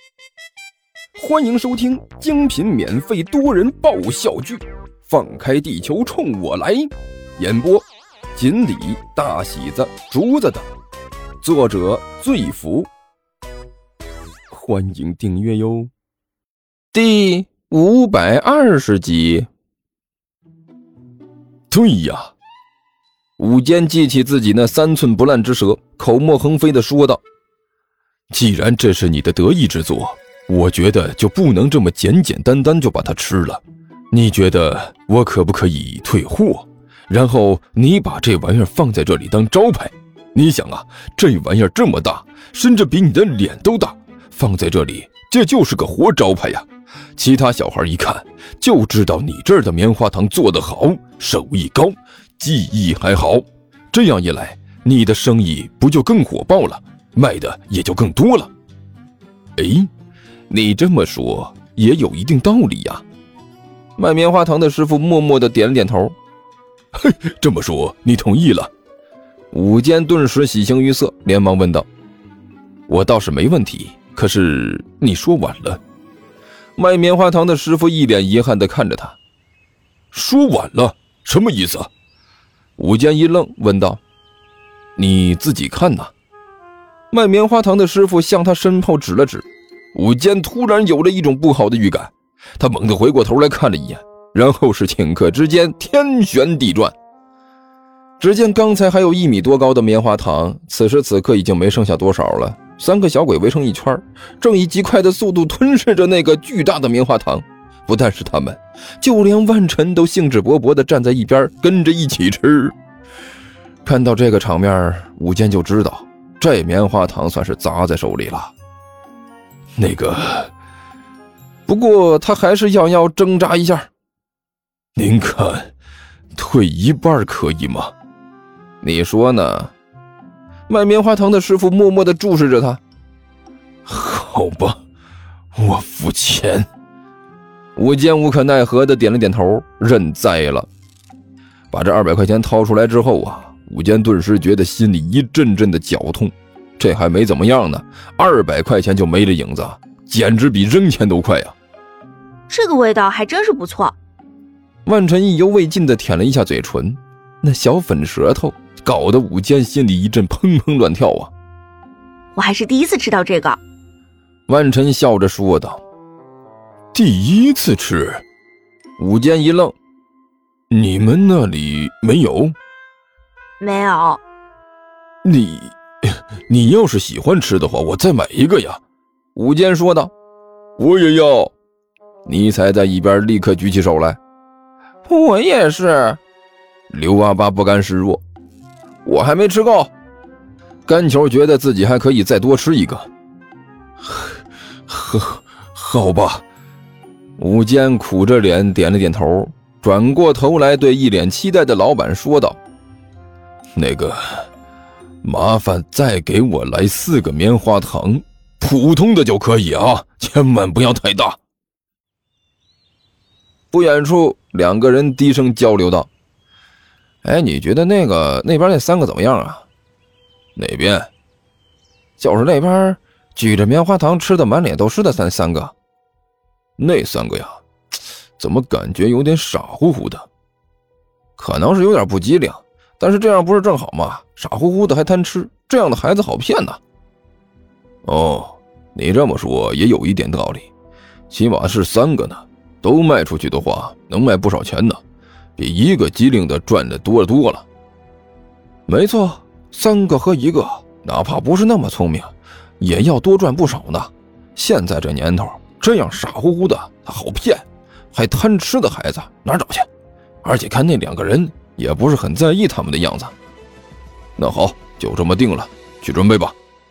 欢迎收听精品免费多人爆笑剧《放开地球冲我来》，演播锦鲤、大喜子、竹子等，作者醉福。欢迎订阅哟。第520集。对呀，武坚记起自己那3寸不烂之舌，口沫横飞地说道：既然这是你的得意之作，我觉得就不能这么简简单单就把它吃了。你觉得我可不可以退货，然后你把这玩意儿放在这里当招牌？你想啊，这玩意儿这么大，甚至比你的脸都大，放在这里这就是个活招牌呀。其他小孩一看就知道你这儿的棉花糖做得好，手艺高，技艺还好。这样一来，你的生意不就更火爆了，卖的也就更多了。诶，你这么说也有一定道理呀。卖棉花糖的师傅默默地点了点头。嘿，这么说你同意了？武坚顿时喜形于色，连忙问道：我倒是没问题，可是你说晚了。卖棉花糖的师傅一脸遗憾地看着他。说晚了什么意思？武坚一愣，问道：你自己看呐。卖棉花糖的师傅向他身后指了指。武坚突然有了一种不好的预感，他猛地回过头来看了一眼，然后是顷刻之间天旋地转。只见刚才还有1米多高的棉花糖，此时此刻已经没剩下多少了。3个小鬼围成一圈，正以极快的速度吞噬着那个巨大的棉花糖。不但是他们，就连万晨都兴致勃勃地站在一边跟着一起吃。看到这个场面，武坚就知道这棉花糖算是砸在手里了。不过他还是要挣扎一下。您看，退一半可以吗？你说呢？卖棉花糖的师傅默默地注视着他。好吧，我付钱。武坚无可奈何地点了点头，认栽了。把这200块钱掏出来之后啊，武坚顿时觉得心里一阵阵的绞痛。这还没怎么样呢，200块钱就没了影子，简直比扔钱都快啊！ 这个味道还真是不错。 万晨意犹未尽地舔了一下嘴唇，那小粉舌头搞得武坚心里一阵砰砰乱跳啊！ 我还是第一次吃到这个。 万晨笑着说道。第一次吃？武坚一愣。你们那里没有？ 没有。 你要是喜欢吃的话，我再买一个呀。武坚说道。我也要。尼才在一边立刻举起手来。我也是。刘阿八不甘示弱。我还没吃够。甘球觉得自己还可以再多吃一个。好吧。武坚苦着脸点了点头，转过头来对一脸期待的老板说道：麻烦再给我来4个棉花糖，普通的就可以啊，千万不要太大。不远处2个人低声交流道：哎，你觉得那边那3个怎么样啊？哪边？就是那边举着棉花糖吃的满脸都是的3个。那3个呀，怎么感觉有点傻乎乎的？可能是有点不机灵，但是这样不是正好吗？傻乎乎的还贪吃，这样的孩子好骗呐。哦，你这么说也有一点道理，起码是3个呢，都卖出去的话能卖不少钱呢，比1个机灵的赚的多了。没错，3个和1个，哪怕不是那么聪明，也要多赚不少呢。现在这年头，这样傻乎乎的他好骗，还贪吃的孩子哪儿找去？而且看那2个人也不是很在意他们的样子。那好，就这么定了，去准备吧。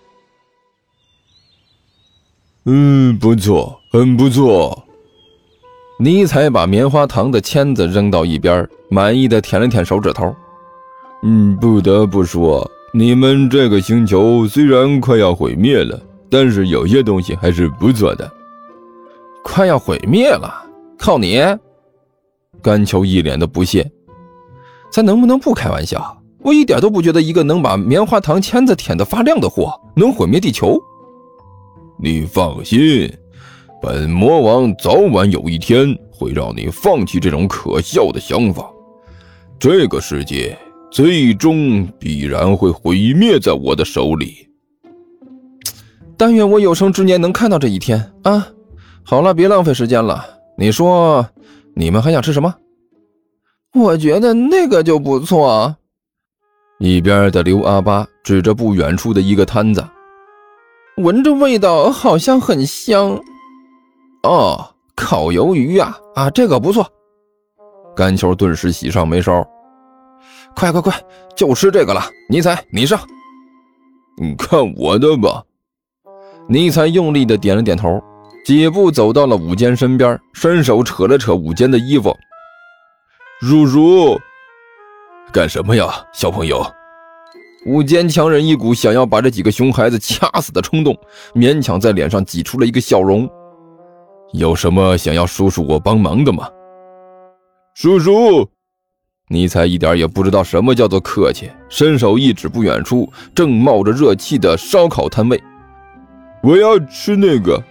不错，很不错。尼才把棉花糖的签子扔到一边，满意的舔了舔手指头。不得不说，你们这个星球虽然快要毁灭了，但是有些东西还是不错的。快要毁灭了？靠你？甘球一脸的不屑。咱能不能不开玩笑？我一点都不觉得一个能把棉花糖签子舔得发亮的货能毁灭地球。 你放心，本魔王早晚有一天会让你放弃这种可笑的想法。这个世界最终必然会毁灭在我的手里。 但愿我有生之年能看到这一天啊！好了，别浪费时间了。你说，你们还想吃什么？我觉得那个就不错。 一边的刘阿八指着不远处的一个摊子， 闻着味道好像很香。哦，烤鱿鱼啊，这个不错。 甘球顿时喜上眉梢。 快，就吃这个了。尼采，你上。 你看我的吧。 尼采用力地点了点头，几步走到了武坚身边，伸手扯了扯武坚的衣服。 叔叔，干什么呀，小朋友？ 武坚强忍一股想要把这几个熊孩子掐死的冲动，勉强在脸上挤出了一个笑容。 有什么想要叔叔我帮忙的吗？ 叔叔！尼采一点也不知道什么叫做客气，伸手一指不远处正冒着热气的烧烤摊位。 我要吃那个。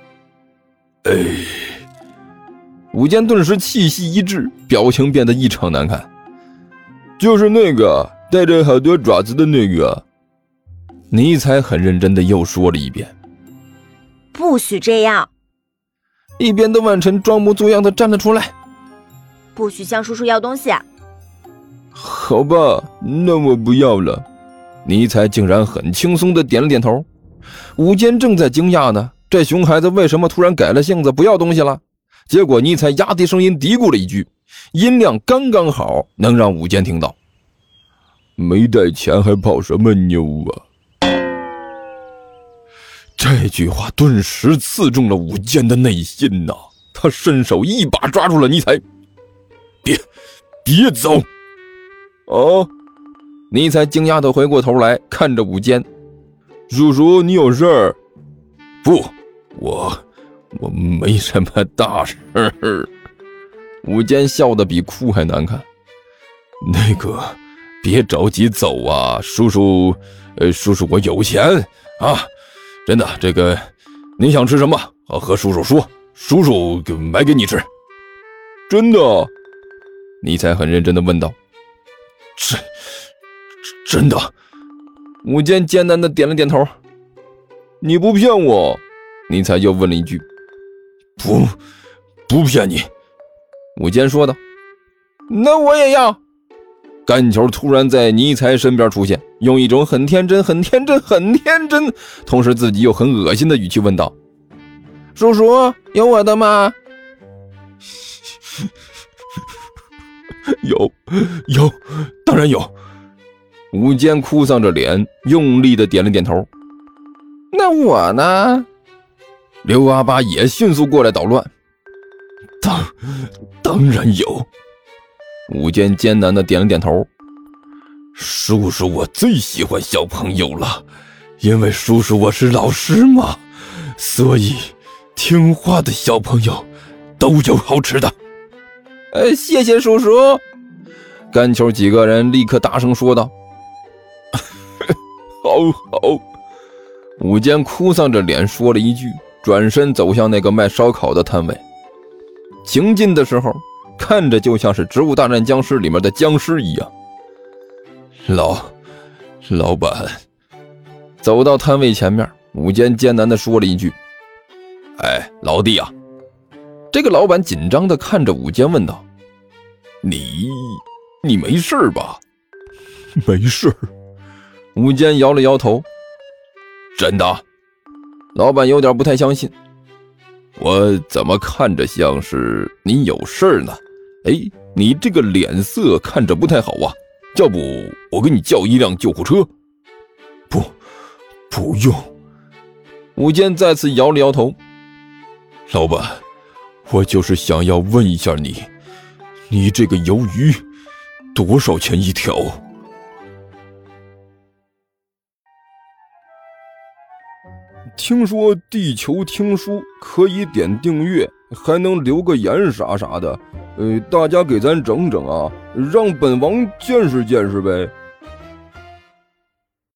武坚顿时气息一滞，表情变得异常难看。 就是那个带着好多爪子的那个。 尼采很认真的又说了一遍。 不许这样。 一边的万晨装模作样的站了出来。 不许向叔叔要东西。 好吧，那我不要了。 尼采竟然很轻松的点了点头。武坚正在惊讶呢，这熊孩子为什么突然改了性子不要东西了？结果尼采压低声音嘀咕了一句，音量刚刚好，能让武坚听到。 没带钱还泡什么妞啊？ 这句话顿时刺中了武坚的内心呐，他伸手一把抓住了尼采。 别走！ 哦，尼采惊讶地回过头来看着武坚。 叔叔，你有事儿？ 不，我没什么大事儿。武坚笑得比哭还难看。 那个，别着急走啊，叔叔，我有钱啊，真的，这个你想吃什么？和叔叔说，叔叔买给你吃。 真的？尼采很认真地问道。 真的？ 武坚艰难地点了点头。你不骗我？尼采又问了一句。 不骗你。 武坚说道。那我也要。甘球突然在尼采身边出现，用一种很天真、同时自己又很恶心的语气问道：叔叔，有我的吗？ 有，当然有。 武坚哭丧着脸，用力的点了点头。那我呢？刘阿八也迅速过来捣乱。 当然有。 武坚艰难的点了点头。 叔叔，我最喜欢小朋友了，因为叔叔我是老师嘛，所以听话的小朋友都有好吃的。 谢谢叔叔。甘球几个人立刻大声说道。 好。 武坚哭丧着脸说了一句，转身走向那个卖烧烤的摊位。行进的时候，看着就像是《植物大战僵尸》里面的僵尸一样。 老板。 走到摊位前面，武坚艰难地说了一句： 老弟啊。 这个老板紧张地看着武坚问道： 你没事吧？ 没事。武坚摇了摇头。 真的？ 老板有点不太相信。 我怎么看着像是你有事呢？你这个脸色看着不太好啊，要不我给你叫一辆救护车？不用。 武坚再次摇了摇头。 老板，我就是想要问一下你这个鱿鱼多少钱一条？ 听说地球听书可以点订阅，还能留个言啥的，大家给咱整整啊，让本王见识见识呗。